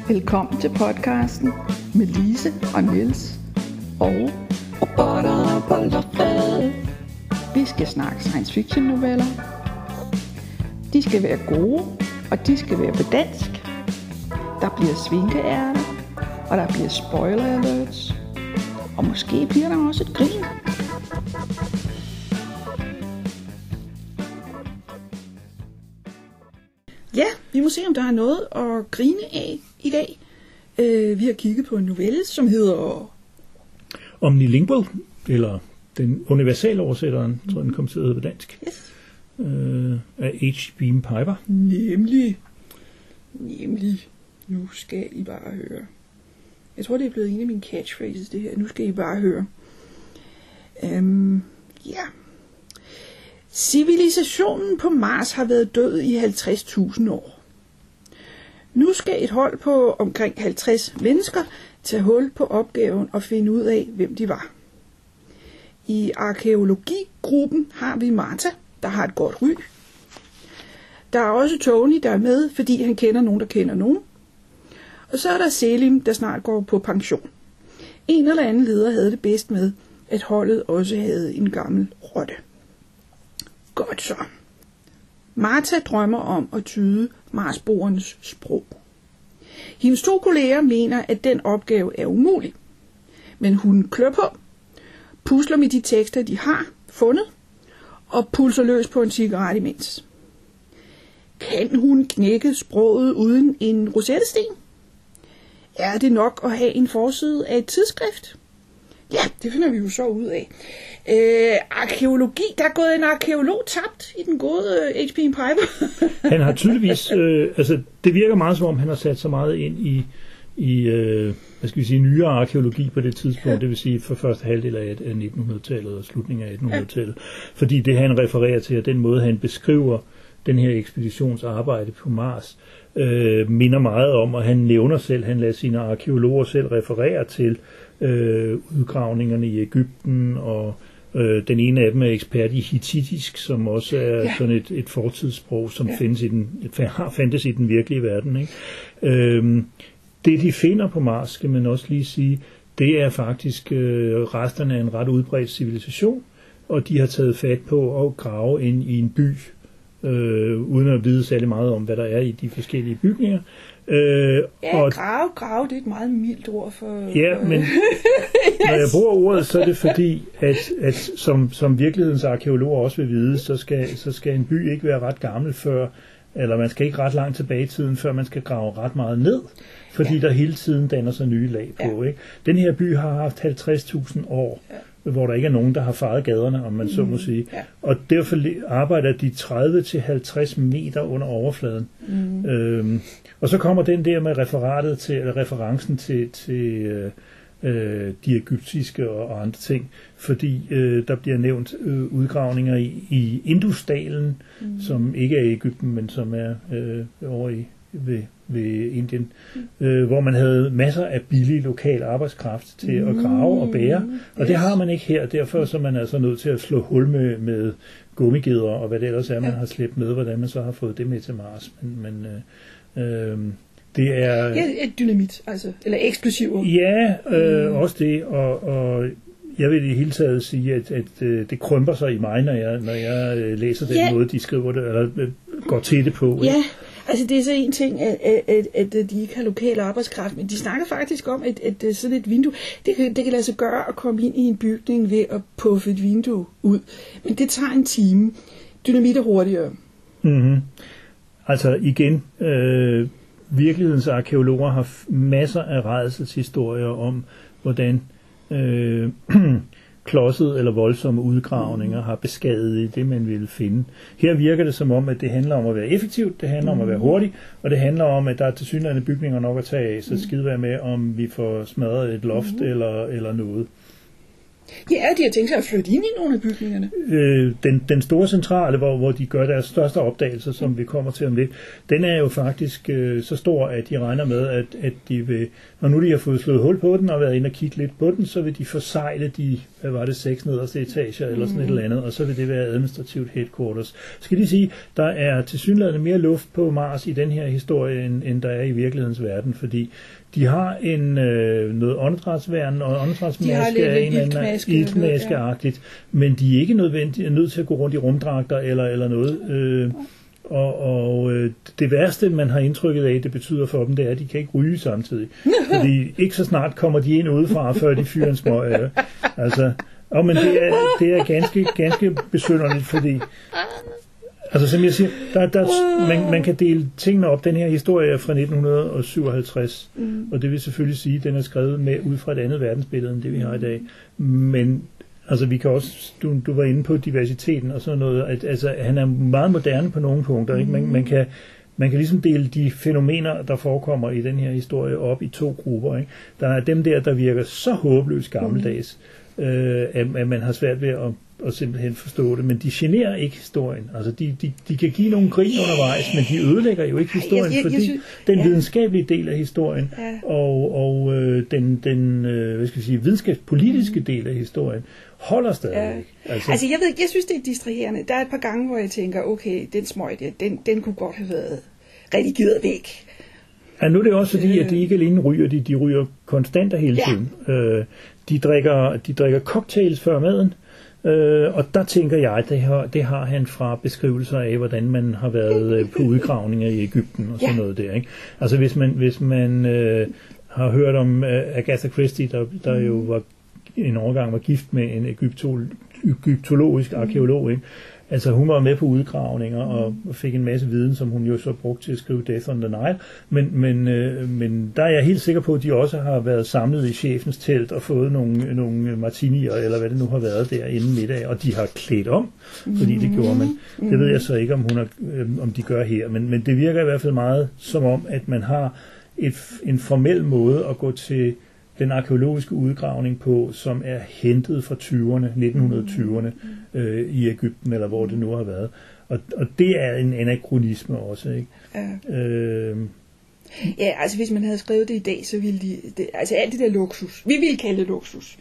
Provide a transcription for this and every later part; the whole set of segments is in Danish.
Velkommen til podcasten med Lise og Niels og Robotter. Vi skal snakke science fiction noveller. De skal være gode, og de skal være på dansk. Der bliver svinkeærter, og der bliver spoiler alerts. Og måske bliver der også et grin. Ja, vi må se, om der er noget at grine af i dag. Vi har kigget på en novelle, som hedder Omnilingual, eller den universale oversætteren, tror jeg, den kom til at hedde på dansk. Yes. Af H. Beam Piper. Nemlig, nu skal I bare høre. Jeg tror, det er blevet en af mine catchphrases, det her. Nu skal I bare høre. Ja. Civilisationen på Mars har været død i 50.000 år. Nu skal et hold på omkring 50 mennesker tage hul på opgaven og finde ud af, hvem de var. I arkæologigruppen har vi Martha, der har et godt ry. Der er også Tony, der er med, fordi han kender nogen, der kender nogen. Og så er der Selim, der snart går på pension. En eller anden leder havde det bedst med, at holdet også havde en gammel rotte. Godt så. Martha drømmer om at tyde marsboernes sprog. Hendes to kolleger mener, at den opgave er umulig. Men hun klør på, pusler med de tekster, de har fundet, og pulser løs på en cigaret imens. Kan hun knække sproget uden en rosettesten? Er det nok at have en forside af et tidsskrift? Ja, det finder vi jo så ud af. Arkæologi, der er gået en arkæolog tabt i den gode H.P. Piper. Han har tydeligvis, det virker meget som om, han har sat så meget ind i nyere arkæologi på det tidspunkt, ja. Det vil sige for første halvdel af 1900-tallet og slutningen af 1800-tallet. Ja. Fordi det han refererer til, og den måde han beskriver den her ekspeditionsarbejde på Mars, minder meget om, og han nævner selv, han lader sine arkæologer selv referere til udgravningerne i Egypten, og den ene af dem er ekspert i hittittisk, som også er sådan et fortidssprog, som fandtes i den virkelige verden. Ikke? Det de finder på Mars, skal man også lige sige, det er faktisk resterne af en ret udbredt civilisation, og de har taget fat på at grave ind i en by, uden at vide særlig meget om, hvad der er i de forskellige bygninger. Grave, det er et meget mildt ord for... Ja, men når jeg bruger ordet, så er det fordi, at som virkelighedens arkeologer også vil vide, så skal en by ikke være ret gammel før, eller man skal ikke ret langt tilbage i tiden, før man skal grave ret meget ned, fordi der hele tiden danner sig nye lag på. Ikke? Den her by har haft 50.000 år, hvor der ikke er nogen, der har faret gaderne, om man så må sige. Ja. Og derfor arbejder de 30-50 meter under overfladen. Og så kommer den der med referencen til de egyptiske og andre ting, fordi der bliver nævnt udgravninger i Indusdalen, som ikke er i Egypten, men som er over ved Indien, hvor man havde masser af billig lokal arbejdskraft til at grave og bære, og det har man ikke her, derfor så er man altså nødt til at slå hul med gummigeder og hvad det ellers er, man har slæbt med, hvordan man så har fået det med til Mars, men det er... Ja, et dynamit, altså, eller eksplosiver. Ja, også det, og jeg vil i hele taget sige, at det krymper sig i mig, når jeg læser den måde, de skriver det, eller går til det på. Ja, altså det er så en ting, at de ikke har lokal arbejdskraft, men de snakker faktisk om, at sådan et vindue, det kan lade sig gøre at komme ind i en bygning ved at puffe et vindue ud. Men det tager en time. Dynamit er hurtigere. Mm-hmm. Altså igen, virkelighedens arkeologer har masser af rædselshistorier om, hvordan klodset eller voldsomme udgravninger har beskadiget det, man ville finde. Her virker det som om, at det handler om at være effektivt, det handler om at være hurtig, og det handler om, at der er tilsyneladende bygninger nok at tage af, så skide være med, om vi får smadret et loft eller noget. Ja, de har tænkt sig at flytte ind i nogle af bygningerne. Den store centrale, hvor de gør deres største opdagelser, som vi kommer til om lidt, den er jo faktisk så stor, at de regner med, at de vil, når nu de har fået slået hul på den og været inde og kigge lidt på den, så vil de forsegle de, 6 nederste etager eller sådan et eller andet, og så vil det være administrativt headquarters. Skal de sige, der er tilsyneladende mere luft på Mars i den her historie, end der er i virkelighedens verden, fordi de har noget åndedrætsværn og åndedrætsmaske af en eller anden iltmaske-agtigt, men de er ikke nødt til at gå rundt i rumdragter eller noget. Det værste, man har indtrykket af, det betyder for dem, det er, at de kan ikke ryge samtidig. Fordi ikke så snart kommer de ind udefra, før de fyrer en smøg. Men det er ganske besynderligt, fordi altså som jeg siger, man kan dele tingene op. Den her historie er fra 1957, og det vil selvfølgelig sige, at den er skrevet med ud fra et andet verdensbillede, end det vi har i dag. Men altså vi kan også, du var inde på diversiteten og sådan noget, at han er meget moderne på nogle punkter. Ikke? Man kan ligesom dele de fænomener, der forekommer i den her historie, op i 2 grupper. Ikke? Der er dem der virker så håbløst gammeldags, at man har svært ved at simpelthen forstå det, men de generer ikke historien. Altså de kan give nogle grin undervejs, men de ødelægger jo ikke historien, fordi den videnskabelige del af historien og den hvad skal jeg sige, videnskabspolitiske del af historien holder stadig. Altså jeg synes det er distraherende. Der er et par gange, hvor jeg tænker, okay, den smøg, den kunne godt have været redigeret væk. Ja, nu er det også fordi, at de ikke alene ryger, de ryger konstant og hele tiden. De drikker cocktails før maden, og der tænker jeg, at det har han fra beskrivelser af, hvordan man har været på udgravninger i Egypten og sådan noget der. Ikke? Altså hvis man har hørt om Agatha Christie, der jo var en overgang var gift med en egyptologisk arkeolog, ikke? Altså hun var med på udgravninger og fik en masse viden, som hun jo så brugte til at skrive Death on the Nile. Men der er jeg helt sikker på, at de også har været samlet i chefens telt og fået nogle martinier, eller hvad det nu har været der inden middag, og de har klædt om, fordi det gjorde man. Det ved jeg så ikke, om de gør her, men det virker i hvert fald meget som om, at man har en formel måde at gå til den arkeologiske udgravning på, som er hentet fra 1920'erne i Egypten, eller hvor det nu har været. Og det er en anakronisme også, ikke? Ja, altså hvis man havde skrevet det i dag, så ville altså alt det der luksus, vi ville kalde det luksus,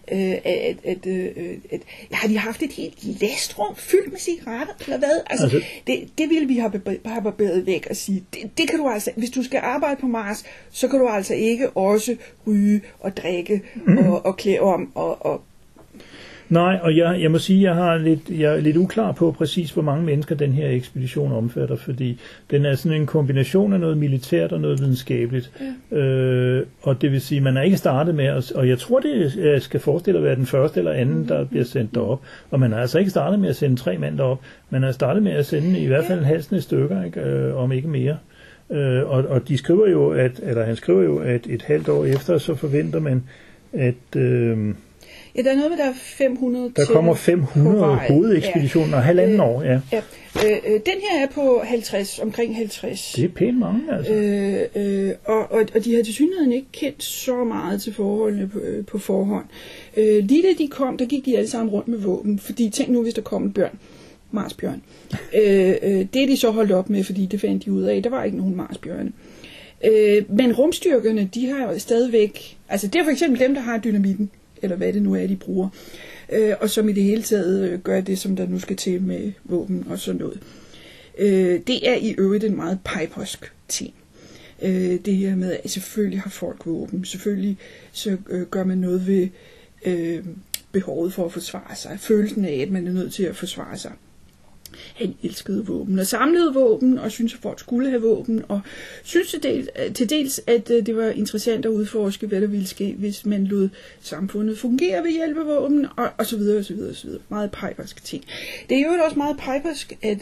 har de haft et helt lastrum fyldt med cigaretter, eller hvad? Altså det ville vi have barberet væk og sige, det kan du altså, hvis du skal arbejde på Mars, så kan du altså ikke også ryge og drikke og klæde om og Nej, og jeg må sige, jeg er lidt uklar på præcis, hvor mange mennesker den her ekspedition omfatter, fordi den er sådan en kombination af noget militært og noget videnskabeligt. Og det vil sige, man er ikke startet med, og jeg tror, det skal forestille at være den første eller anden, der bliver sendt derop. Og man har altså ikke startet med at sende 3 mand derop. Man har startet med at sende i hvert fald en halsende stykker, ikke? Om ikke mere. Og de skriver jo, han skriver jo, at et halvt år efter, så forventer man, at ja, der er noget med, der er 500 der kommer 500 hovedekspeditioner og halvanden år, ja. Den her er på 50, omkring 50. Det er pænt mange, altså. Og de har tilsyneladende ikke kendt så meget til forholdene på forhånd. Lige da de kom, der gik de alle sammen rundt med våben, fordi tænk nu, hvis der kom en bjørn. Marsbjørn. Det er de så holdt op med, fordi det fandt de ud af. Der var ikke nogen marsbjørne. Men rumstyrkerne, de har jo stadigvæk, altså det er for eksempel dem, der har dynamitten, eller hvad det nu er, de bruger, og som i det hele taget gør det, som der nu skal til med våben og sådan noget. Det er i øvrigt en meget pejposk ting. Det her med, at selvfølgelig har folk våben, selvfølgelig så gør man noget ved behovet for at forsvare sig, følelsen af, at man er nødt til at forsvare sig. Han elskede våben og samlede våben, og syntes, at folk skulle have våben, og syntes til dels, at det var interessant at udforske, hvad der ville ske, hvis man lod samfundet fungere ved hjælp af våben, og så videre, og så videre, og så videre. Meget pejpersk ting. Det er jo også meget pejpersk, at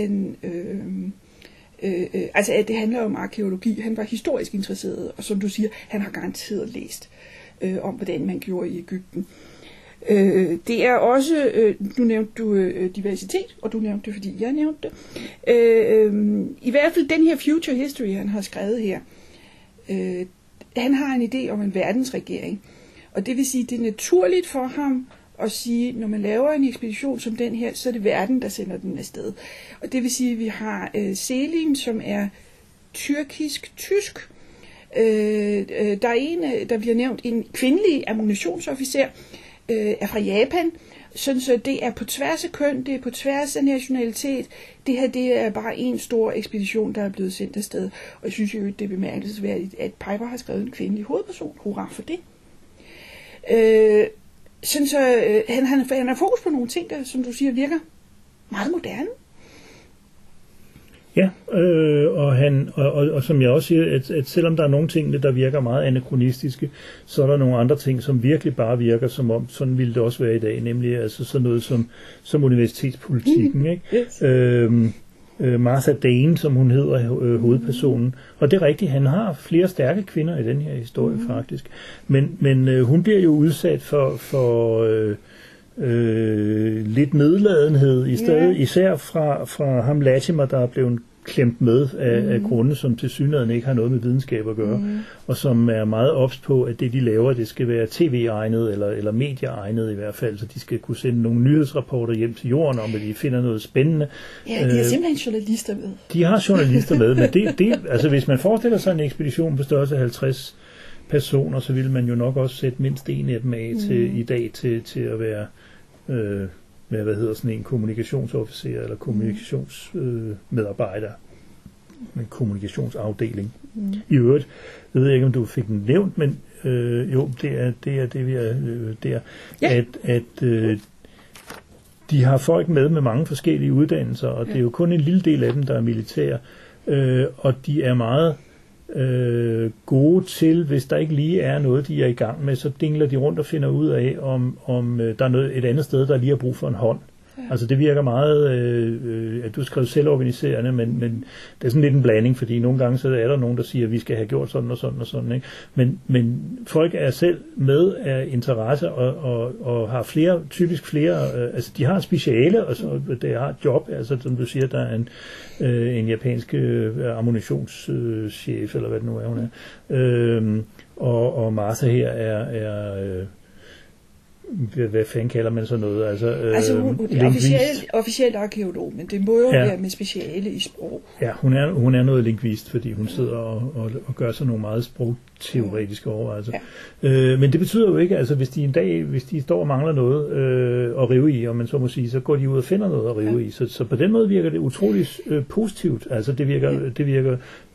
altså at det handler om arkeologi. Han var historisk interesseret, og som du siger, han har garanteret læst om, hvordan man gjorde i Egypten. Det er også, nu nævnte du diversitet, og du nævnte det, fordi jeg nævnte det. I hvert fald den her future history, han har skrevet her, han har en idé om en verdensregering, Og det vil sige, det er naturligt for ham at sige, når man laver en ekspedition som den her, så er det verden, der sender den afsted. Og det vil sige, at vi har Selim, som er tyrkisk-tysk. Der er en, der bliver nævnt, en kvindelig ammunitionsofficer, er fra Japan. Sådan så det er på tværs af køn, det er på tværs af nationalitet. Det her, det er bare en stor ekspedition, der er blevet sendt afsted. Og jeg synes jo, det er bemærkelsesværdigt, at Piper har skrevet en kvindelig hovedperson. Hurra for det. Sådan så han har fokus på nogle ting, der, som du siger, virker meget moderne. Ja, og som jeg også siger, at selvom der er nogle ting, der virker meget anakronistiske, så er der nogle andre ting, som virkelig bare virker som om, sådan ville det også være i dag, nemlig altså sådan noget som universitetspolitikken, ikke? Yes. Martha Dane, som hun hedder, hovedpersonen. Og det er rigtigt, han har flere stærke kvinder i den her historie faktisk. Men hun bliver jo udsat for lidt nedladenhed i stedet, især fra ham Latimer, der er blevet klemt med af grunde, som tilsyneladende ikke har noget med videnskab at gøre, og som er meget ops på, at det de laver, det skal være tv-egnet eller medieegnet i hvert fald, så de skal kunne sende nogle nyhedsrapporter hjem til jorden om, at de finder noget spændende. Ja, de har simpelthen journalister med. De har journalister med, men det altså hvis man forestiller sig en ekspedition på størrelse af 50 personer, så vil man jo nok også sætte mindst en af dem af i dag til at være med, en kommunikationsofficer eller kommunikationsmedarbejder, en kommunikationsafdeling. I øvrigt, jeg ved ikke, om du fik den nævnt, men jo, det er det, vi er der, at de har folk med mange forskellige uddannelser, og det er jo kun en lille del af dem, der er militære, og de er meget gode til, hvis der ikke lige er noget, de er i gang med, så dingler de rundt og finder ud af, om der er noget, et andet sted, der lige har brug for en hånd. Altså det virker meget, at du skrev selvorganiserende, men det er sådan lidt en blanding, fordi nogle gange så er der nogen, der siger, at vi skal have gjort sådan og sådan og sådan, ikke? Men folk er selv med af interesse og har typisk flere, altså de har et speciale, og så der har et job, altså som du siger, der er en japansk ammunitionschef, eller hvad det nu er, hun er. Og Martha her er hvad fanden kalder man så noget? Altså hun er officielt arkeolog, men det må jo være med speciale i sprog. Ja, hun er noget lingvist, fordi hun sidder og gør sig nogle meget sprogteoretiske overvejelser. Ja. Men det betyder jo ikke, altså hvis de står og mangler noget at rive i, og man så må sige, så går de ud og finder noget at rive i. Så på den måde virker det utroligt positivt. Altså det virker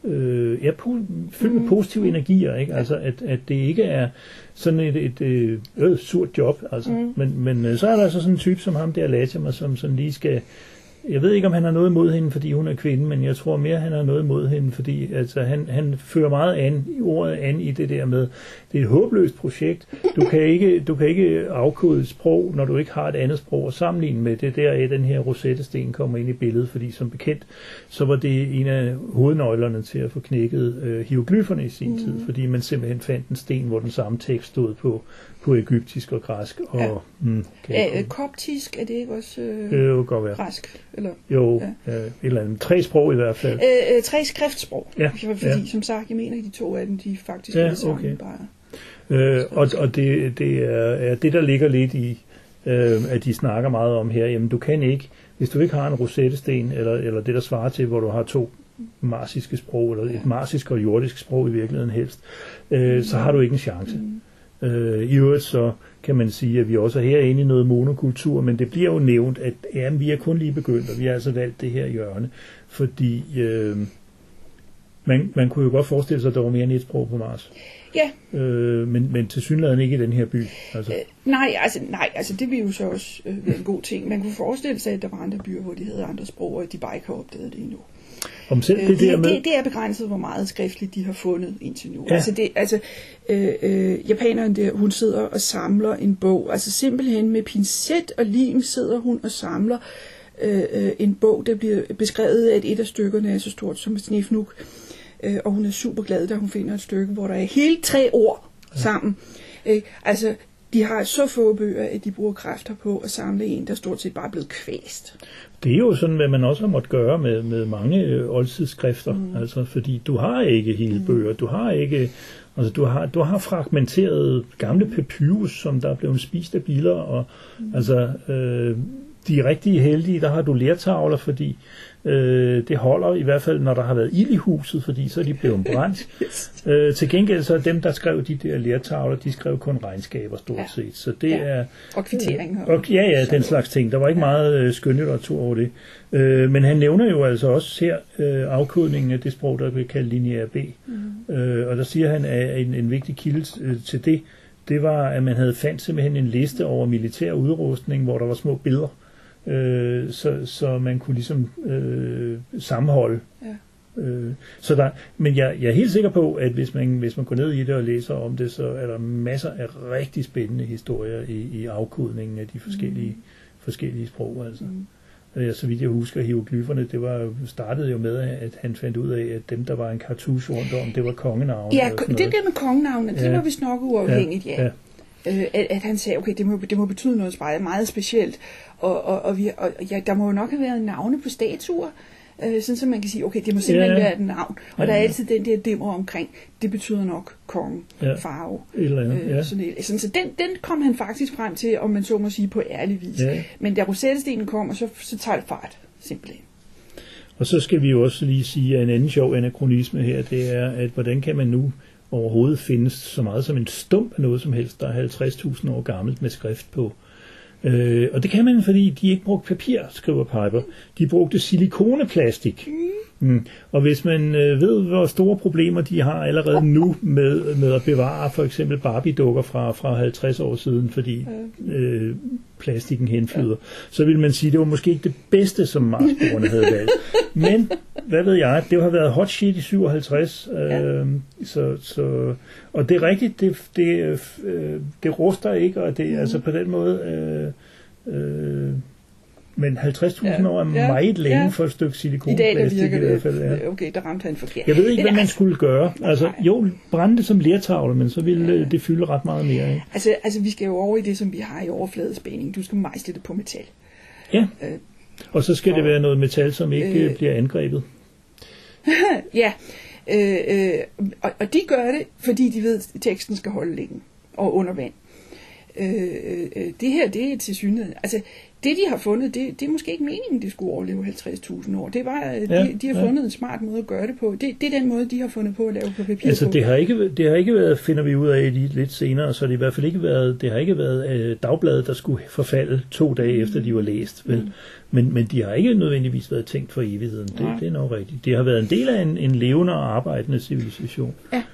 fyldt med positive energier, ikke? Altså at det ikke er sådan et surt job, altså. Men så er der altså sådan en type som ham der Latimer, som sådan lige skal, jeg ved ikke om han har noget imod hende, fordi hun er kvinde, men jeg tror mere han har noget imod hende, fordi altså han fører meget ordet an i det der med, det er et håbløst projekt. Du kan ikke afkode et sprog, når du ikke har et andet sprog at sammenligne med. Det der er den her Rosetta-sten kommer ind i billedet, fordi som bekendt, så var det en af hovednøglerne til at få knækket hieroglyferne i sin tid, fordi man simpelthen fandt en sten, hvor den samme tekst stod på egyptisk og græsk. Og, koptisk, er det ikke også græsk? Eller? Jo, et eller andet. 3 sprog i hvert fald. 3 skriftsprog. Ja. Fordi som sagt, jeg mener, at de 2 af dem, de faktisk er det samme bare. Og det er det, der ligger lidt i, at de snakker meget om her. Jamen, du kan ikke, hvis du ikke har en rosettesten, eller det, der svarer til, hvor du har 2 marsiske sprog, eller et marsisk og jordisk sprog i virkeligheden helst, så har du ikke en chance. I øvrigt så kan man sige, at vi også er herinde i noget monokultur, men det bliver jo nævnt, at vi er kun lige begyndt, og vi har altså valgt det her hjørne, fordi man kunne jo godt forestille sig, at der var mere end et sprog på Mars. Ja. Men tilsyneladende ikke i den her by. Altså. Nej, det vil jo så også være en god ting. Man kunne forestille sig, at der var andre byer, hvor de havde andre sprog, og de bare ikke har opdaget det endnu. Det er begrænset, hvor meget skriftligt de har fundet indtil nu. Ja. Japaneren der, hun sidder og samler en bog, altså simpelthen med pincet og lim sidder hun og samler en bog, der bliver beskrevet, at et af stykkerne er så stort som et snefnug, og hun er super glad, da hun finder et stykke, hvor der er hele 3 ord sammen. Altså, de har så få bøger, at de bruger kræfter på at samle en, der stort set bare er blevet kvæst. Det er jo sådan, hvad man også har måttet gøre med mange oldtidsskrifter, altså fordi du har ikke hele bøger, du har ikke, altså du har fragmenteret gamle papyrus, som der er blevet spist af biller, og altså de rigtige heldige, der har du lertavler, fordi det holder i hvert fald, når der har været ild i huset, fordi så er de blevet brændt. Til gengæld så er dem, der skrev de der lertavler, de skrev kun regnskaber stort set. Så det er og kvitteringer. Ja, den slags ting. Der var ikke meget skønlitteratur over det. Men han nævner jo altså også her afkodningen af det sprog, der bliver kaldt lineær B. Og der siger han, at en vigtig kilde til det var, at man havde fandt simpelthen en liste over militær udrustning, hvor der var små billeder. Så man kunne ligesom sammenholde. Men jeg er helt sikker på, at hvis man går ned i det og læser om det, så er der masser af rigtig spændende historier i afkodningen af de forskellige sprog. Altså. Så vidt jeg husker, hieroglyferne, startede jo med, at han fandt ud af, at dem, der var en kartusch rundt om, det var kongenavn. Ja, det der med kongenavnene, det var vist nok uafhængigt, ja. At han sagde, okay, det må betyde noget meget specielt, og der må jo nok have været navne på statuer, sådan så man kan sige, okay, det må simpelthen være et navn, og der er altid den der dimmer omkring, det betyder nok konge, farve. Sådan, så den kom han faktisk frem til, om man så må sige, på ærlig vis. Men da Rosetta-stenen kommer, så tager det fart, simpelthen. Og så skal vi jo også lige sige, at en anden sjov anakronisme her, det er, at hvordan kan man nu overhovedet findes så meget som en stump af noget som helst, der er 50.000 år gammelt med skrift på. Og det kan man, fordi de ikke brugte papir, skriver Piper. De brugte silikoneplastik. Og hvis man ved, hvor store problemer de har allerede nu med at bevare for eksempel Barbie-dukker fra 50 år siden, fordi plastikken henflyder, så vil man sige, at det var måske ikke det bedste, som Marsboerne havde valgt. Men, hvad ved jeg, det har været hot shit i 57, og det er rigtigt, det ruster ikke, og det altså på den måde... men 50.000 år er meget længe for et stykke silikonplastik i hvert fald. Ja. Okay, der ramte han forkert. Jeg ved ikke, hvad man skulle gøre. Altså, jo, brænde det som lertavle, men så ville det fylde ret meget mere. Ikke? Altså, vi skal jo over i det, som vi har i overfladespænding. Du skal mejsle det på metal. Ja, og så skal det være noget metal, som ikke bliver angrebet. Ja, og de gør det, fordi de ved, at teksten skal holde længe og under vand. Det her, det er til synligheden. Altså, det de har fundet, det er måske ikke meningen, de skulle overleve 50.000 år. Det var, de har fundet en smart måde at gøre det på. Det er den måde, de har fundet på at lave på papir. Altså, det har ikke været, finder vi ud af lidt senere, så det har i hvert fald ikke været dagbladet, der skulle forfalde 2 dage efter de var læst. Vel? Men de har ikke nødvendigvis været tænkt for evigheden. Det er nok rigtigt. Det har været en del af en levende og arbejdende civilisation. Ja.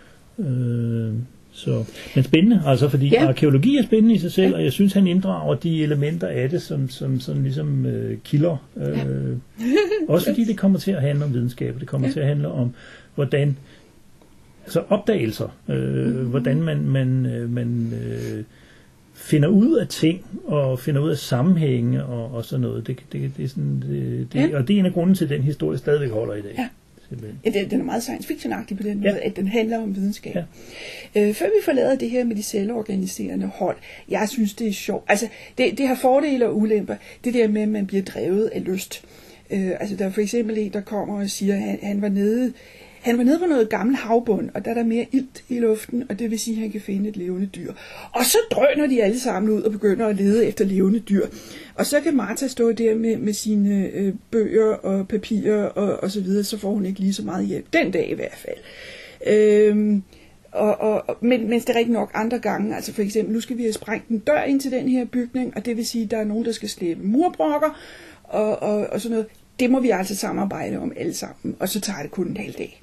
Men spændende, altså fordi arkæologi er spændende i sig selv, og jeg synes, han inddrager de elementer af det, som ligesom kilder. Også fordi det kommer til at handle om videnskab, det kommer til at handle om, hvordan, altså opdagelser, hvordan man finder ud af ting, og finder ud af sammenhænge, og sådan noget. Det er sådan, og det er en af grunden til, at den historie stadigvæk holder i dag. Ja. Ja, den er meget science fiction-agtig på den måde, at den handler om videnskab. Ja. Før vi forlader det her med de selvorganiserende hold, jeg synes, det er sjovt. Altså, det har fordele og ulemper. Det der med, at man bliver drevet af lyst. Altså, der er for eksempel en, der kommer og siger, at han var nede på noget gammel havbund, og der er der mere ilt i luften, og det vil sige, at han kan finde et levende dyr. Og så drøner de alle sammen ud og begynder at lede efter levende dyr. Og så kan Martha stå der med sine bøger og papirer og så videre, så får hun ikke lige så meget hjælp. Den dag i hvert fald. Men det er rigtig nok andre gange. Altså for eksempel, nu skal vi have sprængt en dør ind til den her bygning, og det vil sige, at der er nogen, der skal slæbe murbrokker og sådan noget. Det må vi altså samarbejde om alle sammen, og så tager det kun en halv dag.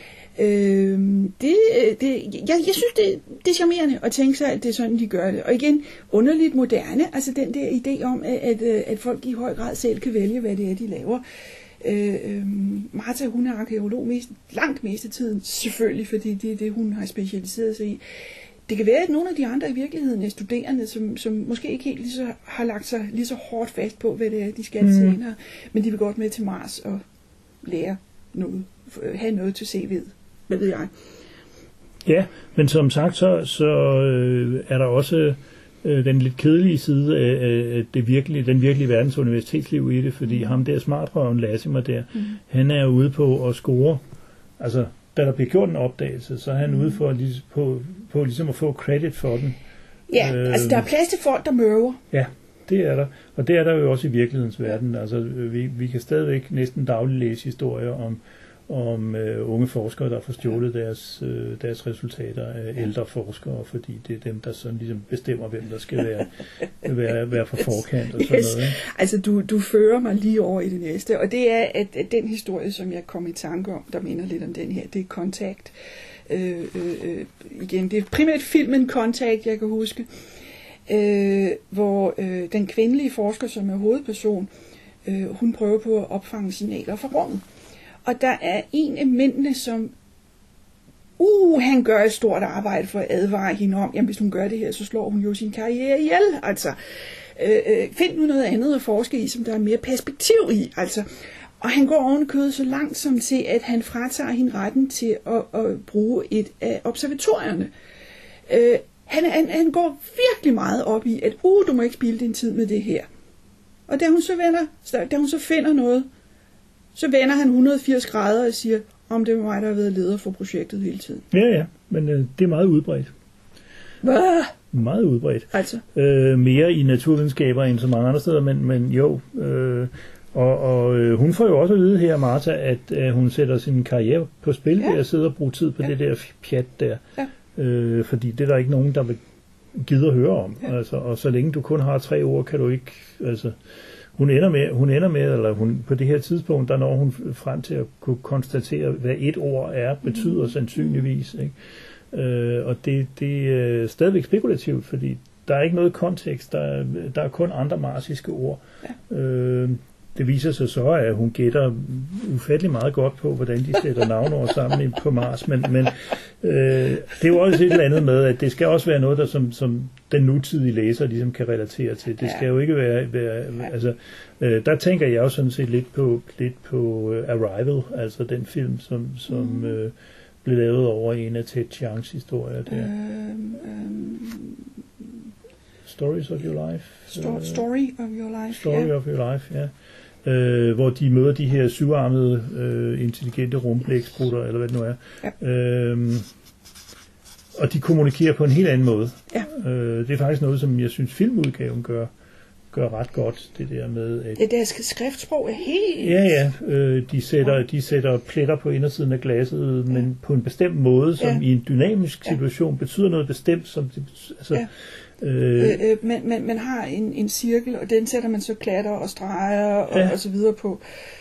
Jeg synes, det er charmerende at tænke sig, at det er sådan, de gør det. Og igen, underligt moderne, altså den der idé om, at folk i høj grad selv kan vælge, hvad det er, de laver. Martha, hun er arkeolog langt mest af tiden, selvfølgelig, fordi det er det, hun har specialiseret sig i. Det kan være, at nogle af de andre i virkeligheden er studerende, som måske ikke helt lige så, har lagt sig lige så hårdt fast på, hvad det er, de skal senere. Men de vil godt med til Mars og lære noget, have noget til CV'et. Hvad ved jeg? Ja, men som sagt, så er der også den lidt kedelige side af den virkelige verdens universitetsliv i det, fordi ham der smartrøven Lassimer der, han er ude på at score, altså da der bliver gjort en opdagelse, så er han ude for på ligesom at få credit for den. Ja, altså der er plads til folk, der mørger. Ja, det er der. Og det er der jo også i virkelighedens verden. Altså vi kan stadigvæk næsten dagligt læse historier om unge forskere, der får stjålet deres resultater af ældre forskere, fordi det er dem, der sådan ligesom bestemmer, hvem der skal være på forkant og sådan noget. Ikke? Altså du fører mig lige over i det næste, og det er, at den historie, som jeg kom i tanke om, der minder lidt om den her, det er Contact. Igen, det er primært filmen Contact, jeg kan huske, hvor den kvindelige forsker, som er hovedperson, hun prøver på at opfange signaler fra rummet. Og der er en af mændene, som han gør et stort arbejde for at advare hende om, jamen hvis hun gør det her, så slår hun jo sin karriere ihjel. Altså, find nu noget andet at forske i, som der er mere perspektiv i. Altså. Og han går oven kødet så langt som til, at han fratager hende retten til at bruge et af observatorierne. Han går virkelig meget op i, at du må ikke spilde din tid med det her. Og da hun så finder noget, så vender han 180 grader og siger, om det var mig, der har været leder for projektet hele tiden. Ja, men det er meget udbredt. Hvad? Meget udbredt. Altså? Mere i naturvidenskaber end så mange andre steder, men jo. Og hun får jo også at vide her, Martha, at hun sætter sin karriere på spil ved at sidde og bruge tid på det der pjat der. Ja. Fordi det er der ikke nogen, der vil gide at høre om. Ja. Altså, og så længe du kun har 3 ord, kan du ikke... Altså, hun ender med, eller hun på det her tidspunkt, der når hun frem til at kunne konstatere, hvad et ord betyder sandsynligvis. Ikke? Og det er stadigvæk spekulativt, fordi der er ikke noget kontekst, der er kun andre marsiske ord. Ja. Det viser sig så, at hun gætter ufattelig meget godt på, hvordan de sætter navnord sammen på Mars, men det er jo også et eller andet med, at det skal også være noget, der som den nutidige læser ligesom kan relatere til. Det skal jo ikke være altså, der tænker jeg jo sådan set lidt på Arrival, altså den film, som blev lavet over en af Ted Chiangs historier der. Stories of Your Life. Story of Your Life. Story of Your Life, ja. Hvor de møder de her syvarmede, intelligente rumblæksprutter, eller hvad det nu er. Ja. Og de kommunikerer på en helt anden måde. Ja. Det er faktisk noget, som jeg synes filmudgaven gør ret godt, det der med... At det der skriftsprog er helt... Ja, de sætter pletter på indersiden af glasset, men på en bestemt måde, som i en dynamisk situation betyder noget bestemt, som det, altså... Ja. Man har en cirkel, og den sætter man så klatter og streger og så videre på.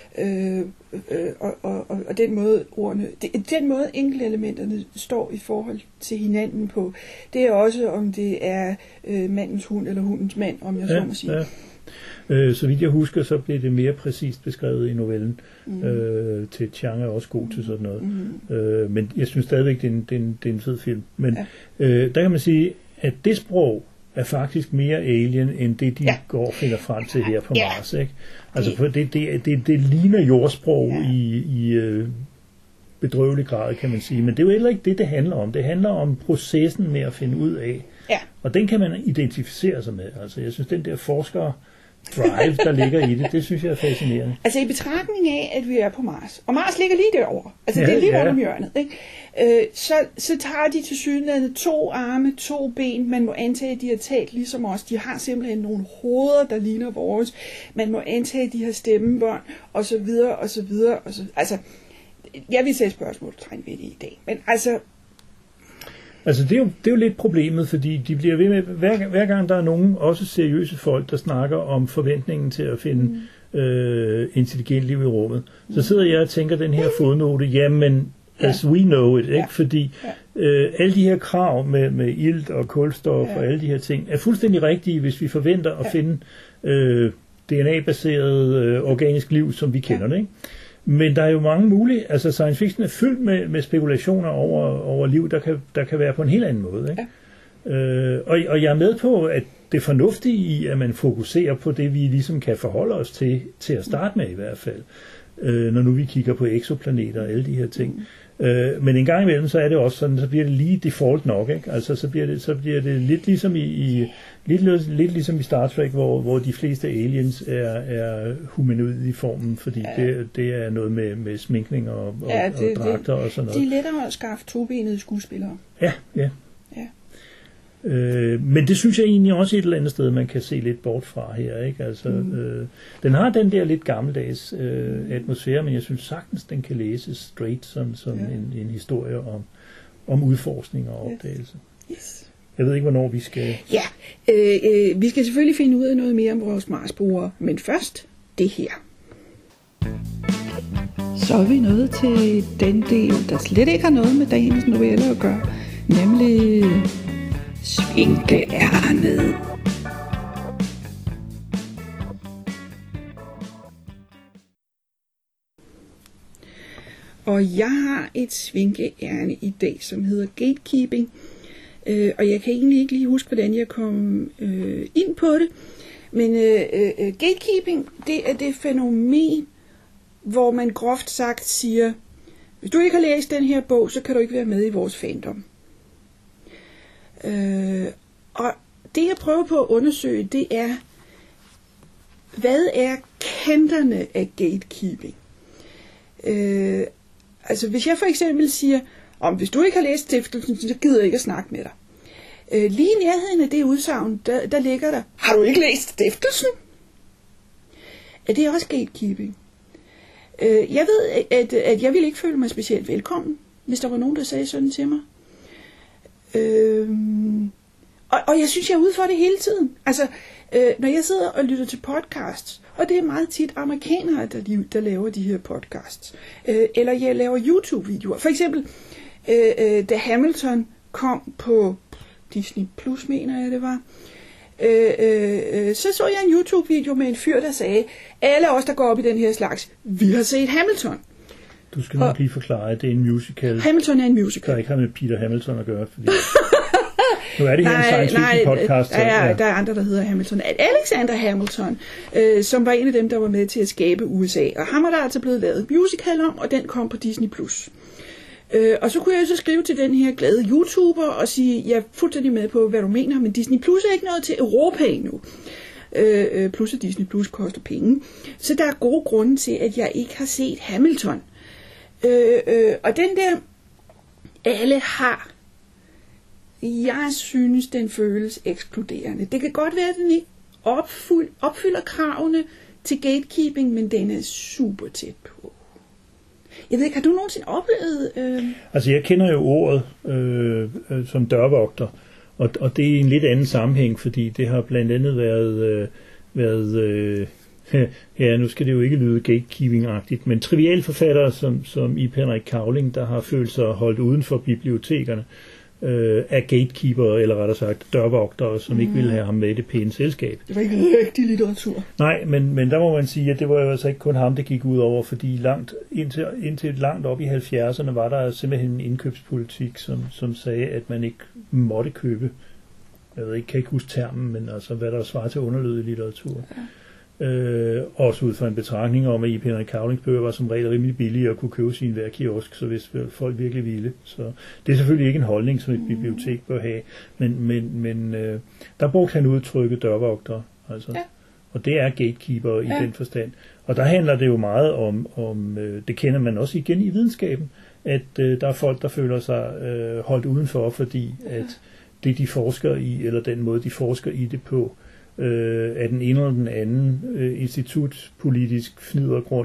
Og den måde ordene, den måde enkelte elementerne står i forhold til hinanden på, det er også om det er mandens hund eller hundens mand, om jeg så må sige. Ja. Så vidt jeg husker, så bliver det mere præcist beskrevet i novellen. Til Chiang er også god til sådan noget. Men jeg synes stadigvæk, det er en fed film. Men der kan man sige, at det sprog er faktisk mere alien, end det de går og finder frem til her på Mars. Ikke? Altså det ligner jordsprog i bedrøvelig grad, kan man sige. Men det er jo heller ikke det handler om. Det handler om processen med at finde ud af. Ja. Og den kan man identificere sig med. Altså jeg synes, den der drive, der ligger i det synes jeg er fascinerende. Altså i betragtning af, at vi er på Mars, og Mars ligger lige derovre, altså det er lige rundt om hjørnet, ikke? Så tager de tilsyneladende 2 arme, 2 ben, man må antage, at de har talt ligesom os, de har simpelthen nogle hoveder, der ligner vores, man må antage, at de har stemmebånd, og så videre, og så videre, og så, altså, jeg vil sætte spørgsmålstegn ved det i dag, men altså... Altså det er jo lidt problemet, fordi de bliver ved med, hver gang der er nogen, også seriøse folk, der snakker om forventningen til at finde intelligent liv i rummet, så sidder jeg og tænker den her fodnote, jamen, as we know it, ikke? Fordi alle de her krav med ilt og kulstof og alle de her ting, er fuldstændig rigtige, hvis vi forventer at finde DNA-baseret organisk liv, som vi kender det, ikke? Men der er jo mange mulige, altså science fiction er fyldt med spekulationer over liv, der kan være på en helt anden måde. Ikke? Ja. Og jeg er med på, at det fornuftige i, at man fokuserer på det, vi ligesom kan forholde os til at starte med i hvert fald, når nu vi kigger på eksoplaneter og alle de her ting. Men en gang imellem, så er det også sådan, så bliver det lige default nok, ikke? Altså, så bliver det lidt ligesom lidt ligesom i Star Trek, hvor de fleste aliens er humanoide i formen, fordi det er noget med sminkning og dragter og sådan noget. De er lettere at skaffe tobenede skuespillere. Ja. Men det synes jeg egentlig også et eller andet sted, man kan se lidt bort fra her, ikke? Altså, den har den der lidt gammeldags atmosfære, men jeg synes sagtens, den kan læses straight som en historie om udforskning og opdagelse. Yes. Jeg ved ikke, hvornår vi skal... Ja, vi skal selvfølgelig finde ud af noget mere om vores Mars-brugere, men først det her. Så er vi nået til den del, der slet ikke har noget med dagens novelle at gøre, nemlig svinkeærnet. Og jeg har et svinkeærne i dag, som hedder gatekeeping. Og jeg kan egentlig ikke lige huske, hvordan jeg kom ind på det. Men gatekeeping, det er det fænomen, hvor man groft sagt siger, hvis du ikke har læst den her bog, så kan du ikke være med i vores fandom. Og det jeg prøver på at undersøge, det er, hvad er kanterne af gatekeeping? Altså hvis jeg for eksempel siger, hvis du ikke har læst stiftelsen, så gider jeg ikke at snakke med dig. Lige i nærheden af det udsagn, der ligger der, har du ikke læst stiftelsen? Er det også gatekeeping? Jeg ved, at jeg ville ikke føle mig specielt velkommen, hvis der var nogen, der sagde sådan til mig. Og jeg synes, jeg er ude for det hele tiden. Altså, når jeg sidder og lytter til podcasts, og det er meget tit amerikanere, der laver de her podcasts, eller jeg laver YouTube-videoer. For eksempel, da Hamilton kom på Disney Plus, mener jeg det var, så jeg en YouTube-video med en fyr, der sagde, alle os, der går op i den her slags, vi har set Hamilton. Du skal nok lige forklare, at det er en musical. Hamilton er en musical. Der ikke har med Peter Hamilton at gøre, fordi... Nu er det her en science fiction podcast. Der er andre, der hedder Hamilton. Alexander Hamilton, som var en af dem, der var med til at skabe USA. Og ham er der altså blevet lavet musical om, og den kom på Disney+. Og så kunne jeg så skrive til den her glade YouTuber og sige, jeg er fuldstændig med på, hvad du mener, men Disney Plus er ikke noget til Europa endnu. Plus at Disney Plus koster penge. Så der er gode grunde til, at jeg ikke har set Hamilton. Og den der, alle har, jeg synes, den føles ekskluderende. Det kan godt være, at den ikke opfylder kravene til gatekeeping, men den er super tæt på. Jeg ved ikke, har du nogensinde oplevet... Altså, jeg kender jo ordet som dørvogter, og det er i en lidt anden sammenhæng, fordi det har blandt andet været ja, nu skal det jo ikke lyde gatekeeping-agtigt, men trivialforfattere som Ip Henrik Cavling, der har følt sig holdt uden for bibliotekerne, af gatekeeper, eller rettere sagt dørvogtere, som ikke ville have ham med i det pæne selskab. Det var ikke rigtig litteratur. Nej, men der må man sige, at det var jo altså ikke kun ham, det gik ud over, fordi indtil langt op i 70'erne var der simpelthen en indkøbspolitik, som sagde, at man ikke måtte købe, jeg ved ikke, kan ikke huske termen, men altså hvad der svarer til underlødig litteratur. Ja. Også ud fra en betragtning om, at Ip Henrik Cavlings bøger var som regel rimelig billige og kunne købe sin hver kiosk, så hvis folk virkelig ville. Så det er selvfølgelig ikke en holdning, som et bibliotek bør have, men der brugte han udtrykket dørvogter, altså. Ja. Og det er gatekeeper i den forstand. Og der handler det jo meget om det kender man også igen i videnskaben, at der er folk, der føler sig holdt udenfor, fordi at det de forsker i, eller den måde de forsker i det på, af den ene eller den anden institutspolitisk fnidergrund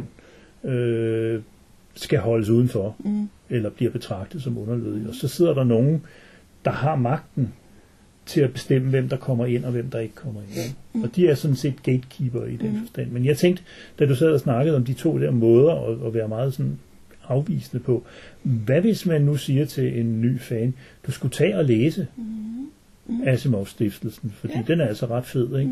skal holdes udenfor, eller bliver betragtet som underlødig. Og så sidder der nogen, der har magten til at bestemme, hvem der kommer ind, og hvem der ikke kommer ind. Og de er sådan set gatekeeper i den forstand. Men jeg tænkte, da du sad og snakkede om de to der måder at være meget sådan afvisende på, hvad hvis man nu siger til en ny fan, du skulle tage og læse Asimovs Stiftelsen, fordi den er altså ret fed, ikke?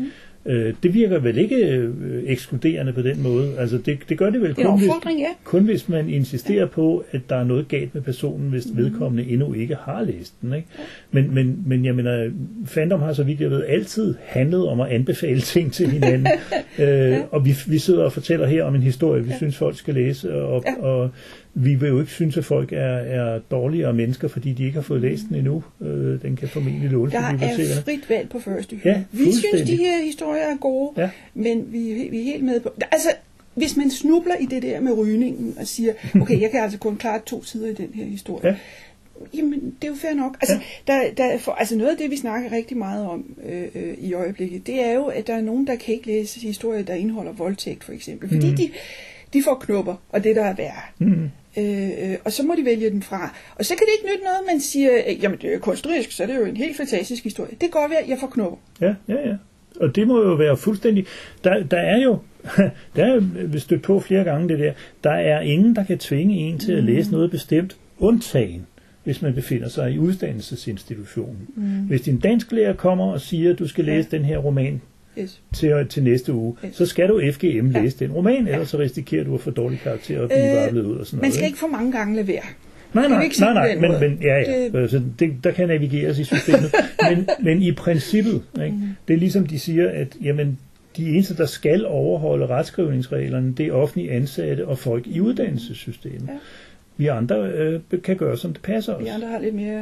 Det virker vel ikke ekskluderende på den måde. Altså det gør det vel kun hvis man insisterer på, at der er noget galt med personen, hvis vedkommende endnu ikke har læst den. Ikke? Men jeg mener, fandom har, så vidt jeg ved, altid handlet om at anbefale ting til hinanden. Og vi sidder og fortæller her om en historie, vi synes folk skal læse, og vi vil jo ikke synes, at folk er dårligere mennesker, fordi de ikke har fået læst den endnu. Den kan formentlig lånes på bibliotekerne. Der er frit valg på første hylde. Vi synes, de her historier er gode, men vi er helt med på... Altså, hvis man snubler i det der med rygningen og siger, okay, jeg kan altså kun klare 2 sider i den her historie, jamen, det er jo fair nok. Altså, altså noget af det, vi snakker rigtig meget om i øjeblikket, det er jo, at der er nogen, der kan ikke læse historier, der indeholder voldtægt, for eksempel. Fordi de får knupper, og det der er værre. Og så må de vælge den fra. Og så kan det ikke nytte noget, man siger, jamen det er kunstnerisk, så er det jo en helt fantastisk historie. Det går ved, at jeg får knupper. Ja. Og det må jo være fuldstændig... Der er jo vi stødt på flere gange det der. Der er ingen, der kan tvinge en til at læse noget bestemt, undtagen, hvis man befinder sig i uddannelsesinstitutionen. Hvis din dansklærer kommer og siger, at du skal læse den her roman til næste uge, så skal du FGM læse den roman, ellers så risikerer du at få dårlig karakter og blive varvlet ud og sådan noget. Man skal ikke for mange gange lade være. Nej, men så der kan navigeres i systemet. men i princippet, ikke? Det er ligesom de siger, at jamen, de eneste, der skal overholde retskrivningsreglerne, det er offentlige ansatte og folk i uddannelsessystemet. Vi andre kan gøre, som det passer os. Vi andre har lidt mere...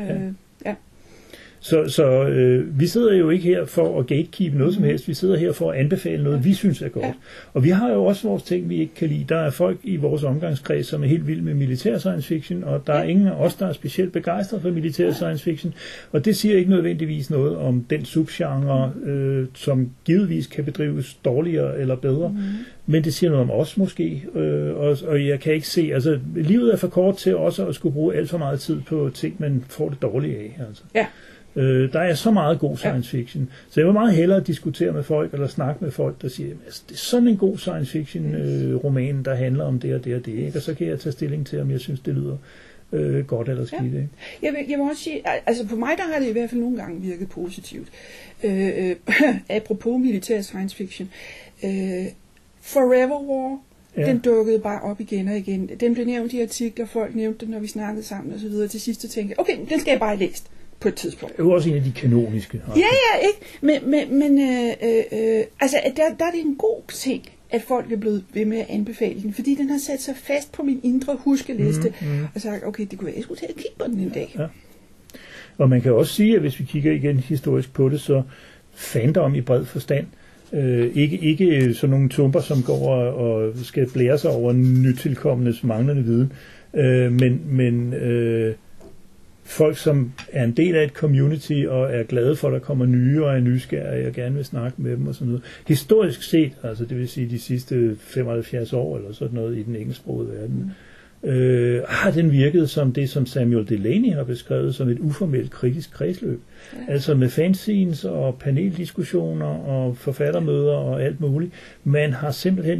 Så vi sidder jo ikke her for at gatekeep noget som helst. Vi sidder her for at anbefale noget, vi synes er godt. Og vi har jo også vores ting, vi ikke kan lide. Der er folk i vores omgangskreds, som er helt vilde med militær science fiction, og der er ingen af os, der er specielt begejstret for militær science fiction. Og det siger ikke nødvendigvis noget om den subgenre, som givetvis kan bedrives dårligere eller bedre. Men det siger noget om os måske. Og jeg kan ikke se... Altså, livet er for kort til også at skulle bruge alt for meget tid på ting, man får det dårlige af. Altså. Der er så meget god science fiction. Så jeg vil meget hellere diskutere med folk, eller snakke med folk, der siger, altså, det er sådan en god science fiction roman, der handler om det og det og det. Ikke? Og så kan jeg tage stilling til, om jeg synes, det lyder godt eller skidt. Ikke? Jeg vil også sige, altså på mig, der har det i hvert fald nogle gange virket positivt. Apropos militær science fiction. Forever War, den dukkede bare op igen og igen. Den blev nævnt i artikler, folk nævnte den, når vi snakkede sammen og så videre. Til sidst tænkte jeg, okay, den skal jeg bare have læst på et tidspunkt. Det er jo også en af de kanoniske. Ikke? Men altså, der er det en god ting, at folk er blevet ved med at anbefale den, fordi den har sat sig fast på min indre huskeliste, og sagt, okay, det kunne være, jeg skulle til at kigge på den en dag. Ja. Og man kan også sige, at hvis vi kigger igen historisk på det, så fandom i bred forstand, ikke sådan nogle tumper, som går og skal blære sig over nytilkommendes manglende viden, men folk, som er en del af et community og er glade for, at der kommer nye og er nysgerrige og gerne vil snakke med dem og sådan noget. Historisk set, altså det vil sige de sidste 75 år eller sådan noget i den engelsksprogede verden, har den virket som det, som Samuel Delany har beskrevet som et uformelt kritisk kredsløb. Altså med fanzines og paneldiskussioner og forfattermøder og alt muligt. Man har simpelthen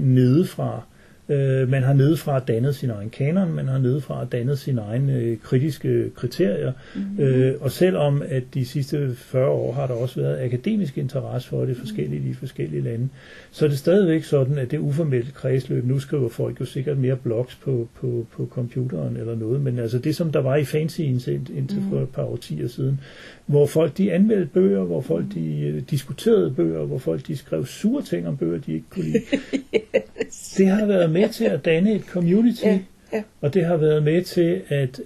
nedefra dannet sin egen kanon, man har nedefra dannet sine egne kritiske kriterier, og selvom at de sidste 40 år har der også været akademisk interesse for det forskellige i forskellige lande, så er det stadigvæk sådan, at det uformelle kredsløb, nu skriver folk jo sikkert mere blogs på computeren eller noget, men altså det, som der var i fanzines indtil for et par årtier siden, hvor folk de anmeldte bøger, hvor folk de diskuterede bøger, hvor folk de skrev sure ting om bøger, de ikke kunne lide. Det har været med til at danne et community, og det har været med til at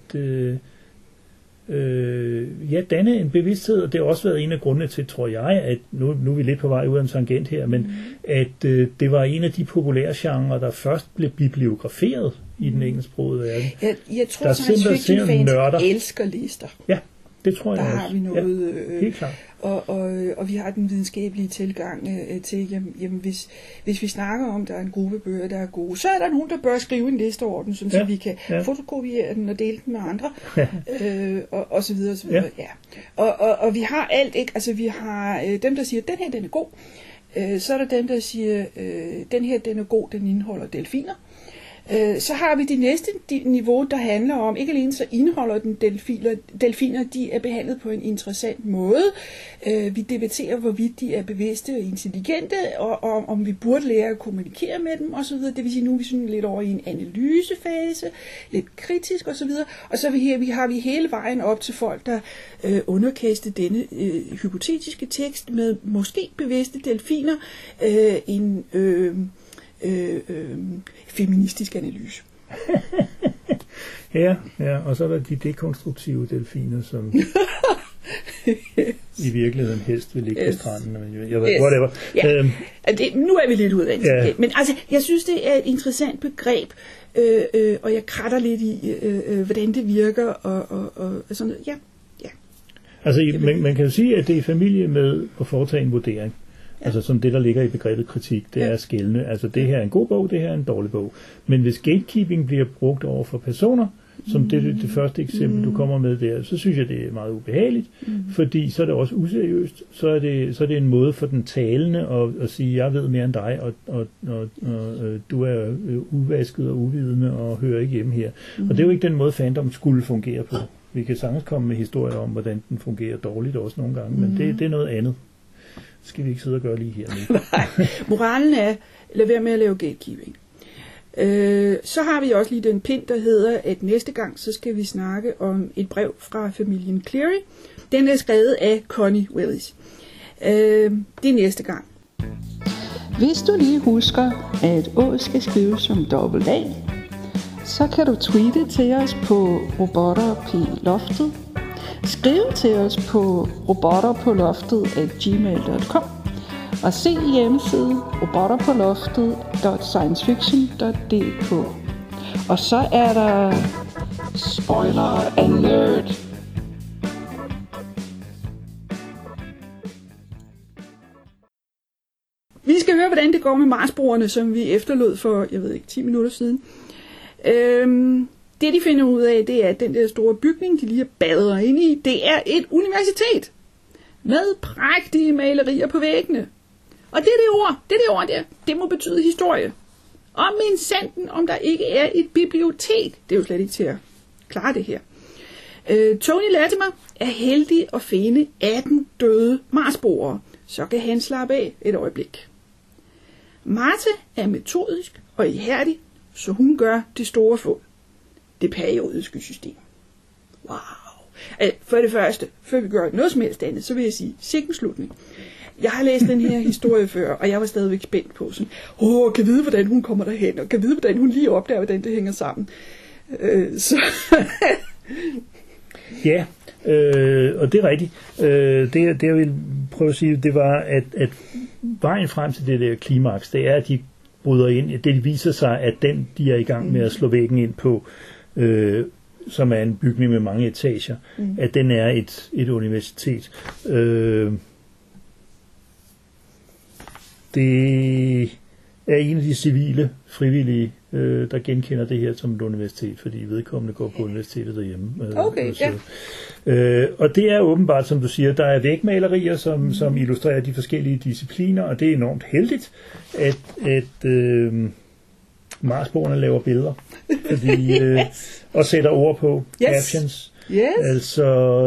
danne en bevidsthed, og det har også været en af grundene til, tror jeg, at nu er vi lidt på vej ud af en tangent her, men at det var en af de populære genrer, der først blev bibliograferet i den engelsksprogede verden. Jeg tror, at science fiction fans elsker lister. Ja, det tror jeg der også. Der har vi noget... helt klart. Og vi har den videnskabelige tilgang til, jamen hvis vi snakker om, der er en gruppe bøger, der er gode, så er der nogen, der bør skrive en liste over den, så vi kan fotokopiere den og dele den med andre, og så videre, og så videre. Og vi har alt, ikke? Altså vi har dem, der siger, den her, den er god. Så er der dem, der siger, den her, den er god, den indeholder delfiner. Så har vi det næste niveau, der handler om, ikke alene så indeholder den delfiner, de er behandlet på en interessant måde. Vi debatterer, hvorvidt de er bevidste og intelligente, og om vi burde lære at kommunikere med dem osv. Det vil sige, nu er vi sådan lidt over i en analysefase, lidt kritisk osv. Og så har vi hele vejen op til folk, der underkaster denne hypotetiske tekst med måske bevidste delfiner, en feministisk analyse. ja, og så er der de dekonstruktive delfiner, som i virkeligheden helst vil ligge på stranden. Whatever. Ja. Nu er vi lidt ud af det. Men altså, jeg synes, det er et interessant begreb, og jeg kratter lidt i, hvordan det virker, og sådan noget. Ja. Altså, man kan jo sige, at det er familie med at foretage en vurdering. Altså som det, der ligger i begrebet kritik, det er skelne. Altså det her er en god bog, det her er en dårlig bog. Men hvis gatekeeping bliver brugt over for personer, som det første eksempel, du kommer med der, så synes jeg, det er meget ubehageligt, fordi så er det også useriøst. Så er det en måde for den talende at sige, jeg ved mere end dig, og du er uvasket og uvidende og hører ikke hjemme her. Og det er jo ikke den måde, fandom skulle fungere på. Vi kan sagtens komme med historier om, hvordan den fungerer dårligt også nogle gange, men det er noget andet. Det skal vi ikke sidde og gøre lige her nu. Nej, moralen er, lad være med at lave gatekeeping. Så har vi også lige den pind, der hedder, at næste gang, så skal vi snakke om et brev fra familien Cleary. Den er skrevet af Connie Willis. Det er næste gang. Hvis du lige husker, at Å skal skrives som dobbelt A, så kan du tweete til os på robotterploftet. Skriv til os på robotterpåloftet@gmail.com og se hjemmesiden robotterpåloftet.sciencefiction.dk. Og så er der spoiler alert. Vi skal høre, hvordan det går med Marsboerne, som vi efterlod for, 10 minutter siden. Det, de finder ud af, det er, at den der store bygning, de lige bader ind i, det er et universitet med prægtige malerier på væggene. Og det ord der, det må betyde historie. Og minsandten, om der ikke er et bibliotek, det er jo slet ikke til at klare det her. Tony Latimer er heldig at finde 18 døde marsboere, så kan han slappe af et øjeblik. Martha er metodisk og ihærdig, så hun gør det store fund. Det periodiske system. Wow. For det første, før vi gør noget som helst andet, så vil jeg sige, sikken slutning. Jeg har læst den her historie før, og jeg var stadigvæk spændt på sådan, kan vide, hvordan hun kommer derhen, og kan vide, hvordan hun lige opdager, hvordan det hænger sammen. Ja, og det er rigtigt. Det jeg vil prøve at sige, det var, at vejen frem til det der klimaks, det er, at de bryder ind. Det viser sig, at den, de er i gang med at slå væggen ind på, som er en bygning med mange etager, at den er et universitet. Det er en af de civile, frivillige, der genkender det her som et universitet, fordi vedkommende går på universitetet derhjemme. Okay, ja. Og det er åbenbart, som du siger, der er vægmalerier, som illustrerer de forskellige discipliner, og det er enormt heldigt, at Marsboerne laver billeder, fordi, og sætter ord på, captions. Yes. Altså,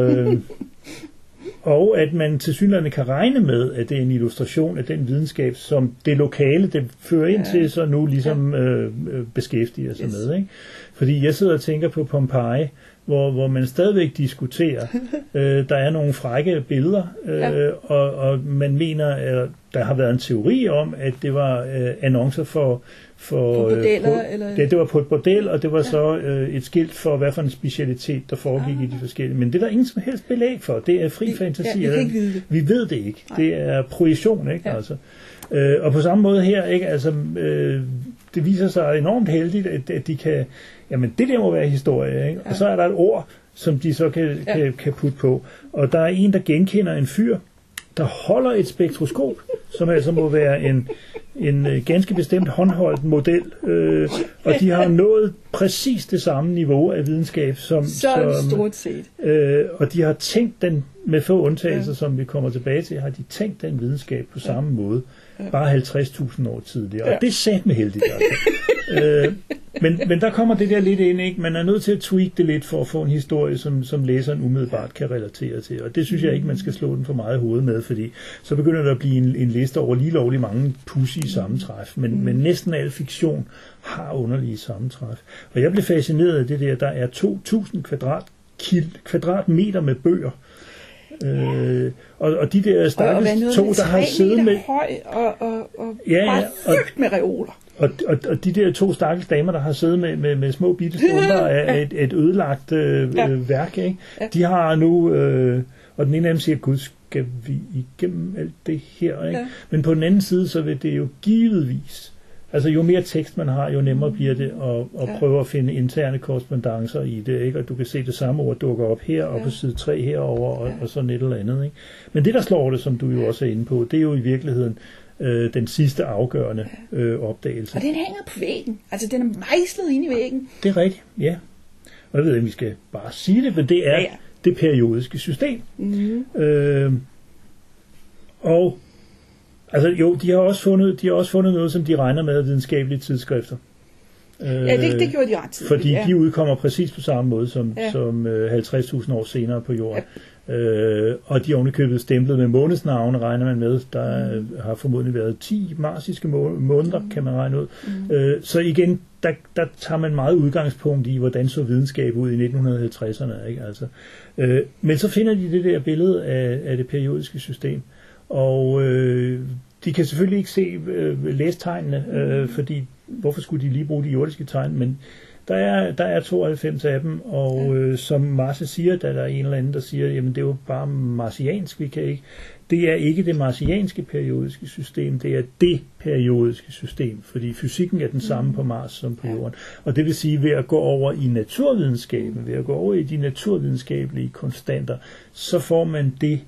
og at man tilsyneladende kan regne med, at det er en illustration af den videnskab, som det lokale, det fører ind til, så nu ligesom beskæftiger sig med. Ikke? Fordi jeg sidder og tænker på Pompeji, hvor man stadigvæk diskuterer. Der er nogle frække billeder, og man mener, at der har været en teori om, at det var annoncer for det var på et bordel, og det var så et skilt for, hvad for en specialitet, der foregik i de forskellige. Men det er der ingen som helst belæg for. Det er fri fantasi. Vi ved det ikke. Det er projektion, ikke? Ja. Altså. Og på samme måde her, ikke? Altså, det viser sig enormt heldigt, at de kan, jamen det der må være historie, ikke? Og så er der et ord, som de så kan putte på. Og der er en, der genkender en fyr, der holder et spektroskop, som altså må være en ganske bestemt håndholdt model, og de har nået præcis det samme niveau af videnskab, som stort set. Og de har tænkt den, med få undtagelser, som vi kommer tilbage til, har de tænkt den videnskab på samme måde, bare 50.000 år tidligere. Og det er satme heldigt. Altså. Men der kommer det der lidt ind, ikke? Man er nødt til at tweak det lidt for at få en historie, som læseren umiddelbart kan relatere til. Og det synes jeg ikke, man skal slå den for meget i hovedet med, fordi så begynder der at blive en liste over lige lovlig mange pudsige sammentræf. Men næsten al fiktion har underlige sammentræf. Og jeg blev fascineret af det der er 2.000 kvadratmeter med bøger. Og de der stakkels to, der har siddet med høj og bare fyldt med reoler. Og de der to stakkels damer, der har siddet med små bitte stumper af et ødelagt værk, ikke? Ja. De har nu, og den ene af dem siger, Gud, skal vi igennem alt det her, ikke? Ja. Men på den anden side, så vil det jo givetvis, altså jo mere tekst man har, jo nemmere bliver det at prøve at finde interne korrespondancer i det, ikke? Og du kan se det samme ord dukker op her, og på side 3 herover og sådan et eller andet, ikke? Men det, der slår det, som du jo også er inde på, det er jo i virkeligheden den sidste afgørende opdagelse. Og den hænger på væggen. Altså, den er mejslet ind i væggen. Det er rigtigt, ja. Og jeg ved ikke, vi skal bare sige det, men det er det periodiske system. Og altså jo, de har også fundet noget, som de regner med videnskabelige tidsskrifter. Det gjorde de ret tidligt. Fordi de udkommer præcis på samme måde som 50.000 år senere på jorden. Og de er ovenikøbet stemplet med månedsnavne, regner man med. Der har formodentlig været 10 marsiske måneder, kan man regne ud. Så igen, der tager man meget udgangspunkt i, hvordan så videnskab ud i 1950'erne. Ikke? Altså, men så finder de det der billede af det periodiske system. Og de kan selvfølgelig ikke se læstegnene, fordi hvorfor skulle de lige bruge de jordiske tegn, men der er 92 af dem, og som Marse siger, der er en eller anden, der siger, jamen det er jo bare marsiansk, vi kan ikke. Det er ikke det marsianske periodiske system, det er det periodiske system, fordi fysikken er den samme på Mars som på Jorden. Og det vil sige, ved at gå over i naturvidenskaben, ved at gå over i de naturvidenskabelige konstanter, så får man det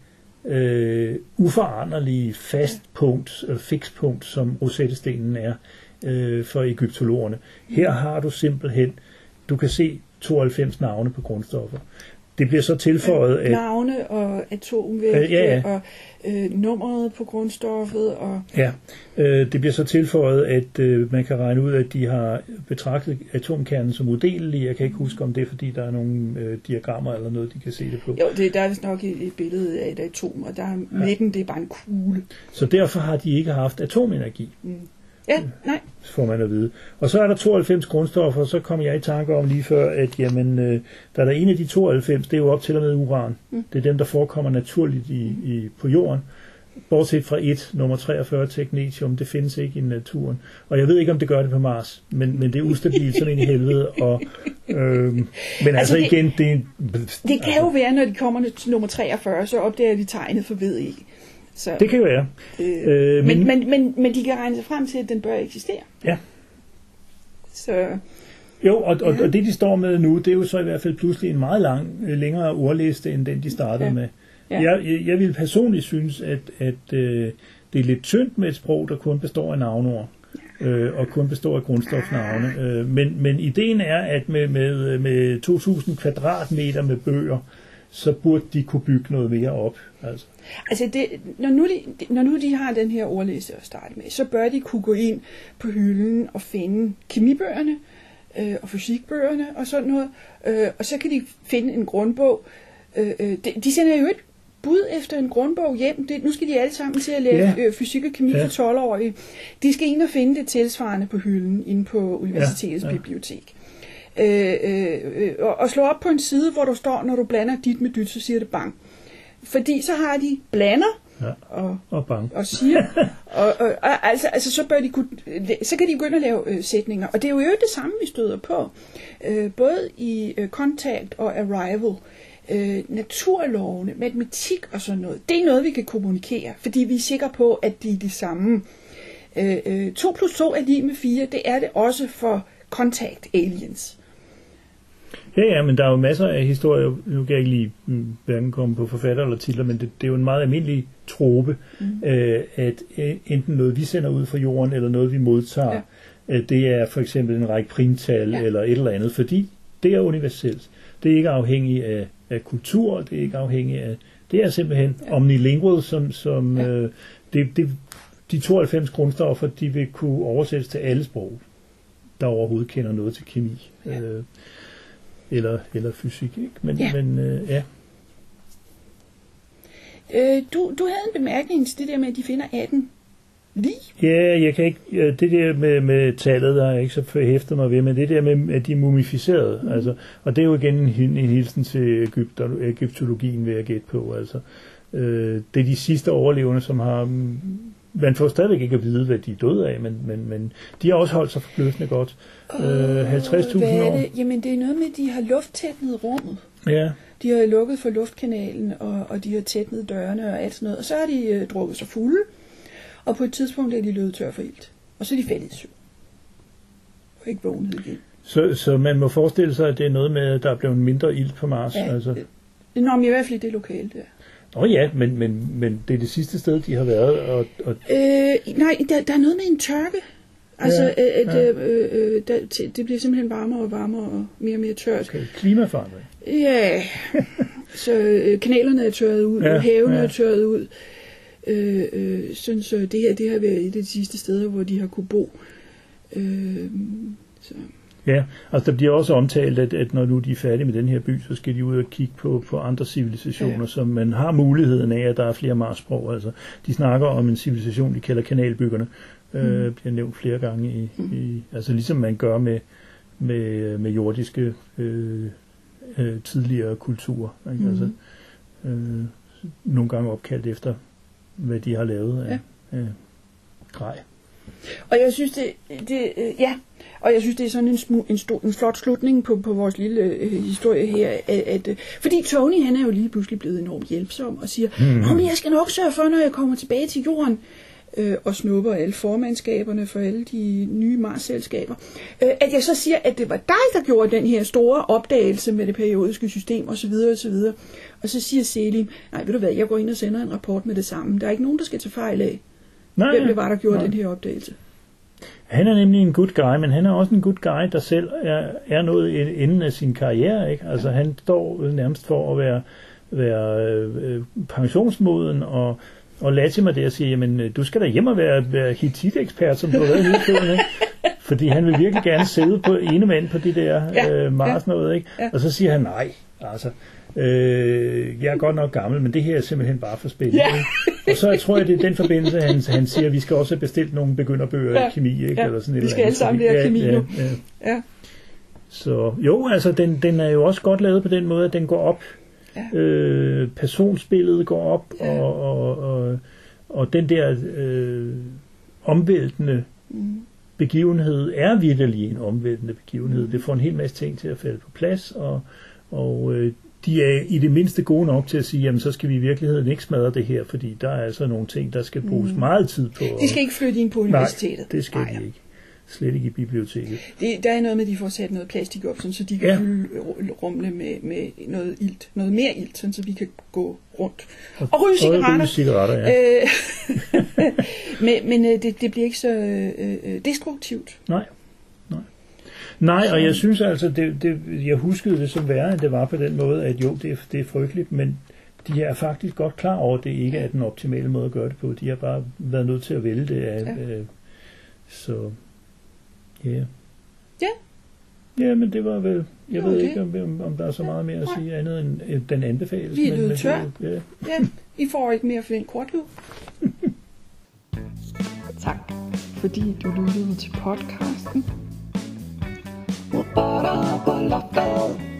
uforanderlige fastpunkt, fikspunkt, som Rosette-stenen er for egyptologerne. Her har du simpelthen, du kan se 92 navne på grundstoffer. Det bliver så tilføjet navne og atomvægte og nummeret på grundstoffet. Og det bliver så tilføjet, at man kan regne ud, at de har betragtet atomkernen som udelelig. Jeg kan ikke huske, om det er, fordi der er nogle diagrammer eller noget, de kan se det på. Jo, der er vist nok et billede af et atom, og der er midten, det er bare en kugle. Så derfor har de ikke haft atomenergi. Ja, nej. Får man at vide. Og så er der 92 grundstoffer, og så kom jeg i tanke om lige før, at jamen, der er en af de 92, det er jo op til og med uran. Det er dem, der forekommer naturligt på jorden. Bortset fra nummer 43, teknetium, det findes ikke i naturen. Og jeg ved ikke, om det gør det på Mars, men det er ustabilt sådan ind i helvede. Og, men altså igen, det kan jo være, når de kommer til nummer 43, så opdager de tegnet for ved ikke. Så, det kan jo være. Men de kan regne sig frem til, at den bør eksistere. Ja. Så, jo, og det de står med nu, det er jo så i hvert fald pludselig en meget længere ordliste, end den de startede med. Ja. Jeg vil personligt synes, at det er lidt tyndt med et sprog, der kun består af navnord. Og kun består af grundstofnavne. Men ideen er, at med 2.000 kvadratmeter med bøger, så burde de kunne bygge noget mere op. Altså det, når nu de har den her ordliste at starte med, så bør de kunne gå ind på hylden og finde kemibøgerne og fysikbøgerne og sådan noget, og så kan de finde en grundbog. De sender jo et bud efter en grundbog hjem. Nu skal de alle sammen til at lære fysik og kemi for 12-årige. De skal ind og finde det tilsvarende på hylden inde på universitetets bibliotek. Og slå op på en side, hvor der står, når du blander dit med dyt, så siger det bang. Fordi så har de blander og bang og siger, og altså så bør de kunne, så kan de begynde at lave sætninger. Og det er jo det samme, vi støder på, både i Contact og Arrival. Naturlovene, matematik og sådan noget, det er noget, vi kan kommunikere, fordi vi er sikre på, at de er de samme. 2 + 2 er lige med 4, det er det også for Contact aliens. Ja, men der er jo masser af historier, nu kan jeg ikke lige hverken komme på forfatter eller titler, men det er jo en meget almindelig trope, at enten noget, vi sender ud fra jorden, eller noget, vi modtager, det er for eksempel en række primtal eller et eller andet, fordi det er universelt. Det er ikke afhængigt af kultur, det er ikke afhængigt af, det er simpelthen omnilingual, som de 92 grundstoffer, de vil kunne oversættes til alle sprog. der overhovedet kender noget til kemi eller fysik. Ikke? Men ja. Du havde en bemærkning til det der med, at de finder 18 lig. Ja, jeg kan ikke, det der med tallet, der er ikke så hæftet mig ved, men det der med, at de er mumificerede, altså, og det er jo igen en hilsen til egyptologien, vil jeg gætte på, altså. Det er de sidste overlevende, som har, man får stadigvæk ikke at vide, hvad de er døde af, men de har også holdt sig forbløffende godt. 50.000 år. Jamen, det er noget med, at de har lufttætnet rummet. Ja. De har lukket for luftkanalen, og de har tætnet dørene og alt sådan noget, og så har de drukket sig fulde. Og på et tidspunkt er de løbet tør for ilt. Og så er de faldet i søvn. Og ikke vågnet igen. Så man må forestille sig, at det er noget med, at der er blevet mindre ilt på Mars? Ja, altså. Nå, men i hvert fald i det lokale der. Ja, men det er det sidste sted, de har været. Nej, der er noget med en tørke. Altså, det bliver simpelthen varmere og varmere og mere og mere tørt. Okay. Klimaforandring. Ja, så kanalerne er tørret ud, og havene er tørret ud. Så det har været et af de sidste steder, hvor de har kunne bo. Så. Ja, altså der bliver også omtalt, at når nu de er færdige med den her by, så skal de ud og kigge på andre civilisationer, så man har muligheden af, at der er flere Mars-sprog. Altså, de snakker om en civilisation, de kalder kanalbyggerne, bliver nævnt flere gange altså ligesom man gør med jordiske tidligere kulturer. Ikke? Altså, nogle gange opkaldt efter hvad de har lavet af grej. Og jeg synes og jeg synes det er sådan en flot slutning på vores lille historie her, at fordi Tony, han er jo lige pludselig blevet enormt hjælpsom og siger, men jeg skal nok sørge for, når jeg kommer tilbage til jorden, og snupper alle formandskaberne for alle de nye Mars-selskaber, at jeg så siger, at det var dig, der gjorde den her store opdagelse med det periodiske system osv. osv. Og så siger Selim, nej, ved du hvad, jeg går ind og sender en rapport med det samme. Der er ikke nogen, der skal tage fejl af, hvem det var, der gjorde den her opdagelse. Han er nemlig en good guy, men han er også en good guy, der selv er nået enden af sin karriere. Ikke? Altså han står nærmest for at være pensionsmoden, og Latimer der siger, jamen du skal da hjem og være Hittite-ekspert, som du har været hele tiden, ikke? Fordi han vil virkelig gerne sidde på ene mand på de der Mars noget, ikke? Ja. Og så siger han, nej, altså, jeg er godt nok gammel, men det her er simpelthen bare for spændende. Ja. Og så tror jeg, det er den forbindelse, han siger, at vi skal også have bestilt nogle begynderbøger i kemi, ikke? Eller sådan vi skal alle sammen lære kemi nu. Ja. Så jo, altså, den er jo også godt lavet på den måde, at den går op. Ja. Personspillet går op, og den der omvæltende begivenhed er vitterlig en omvæltende begivenhed. Det får en hel masse ting til at falde på plads, og de er i det mindste gode nok til at sige, jamen så skal vi i virkeligheden ikke smadre det her, fordi der er altså nogle ting, der skal bruges meget tid på. De skal ikke flytte ind på universitetet. Nej, det skal de ikke. Slet ikke i biblioteket. Der er noget med, at de får sat noget plastik op, så de kan fylde rumle med noget ilt, noget mere ilt, så vi kan gå rundt. Og ryge cigaretter. Men det bliver ikke så destruktivt. Nej, og jeg synes altså, jeg huskede det som værre, end det var på den måde, at jo, det er frygteligt, men de er faktisk godt klar over, at det ikke er den optimale måde at gøre det på. De har bare været nødt til at vælge det af. Så ja. Ja, men det var vel, jeg ved ikke, om der er så meget mere at sige andet end den anbefales. Vi er løbet tør. Ja, I får ikke mere for en kortlyd. Tak, fordi du lyttede til podcasten.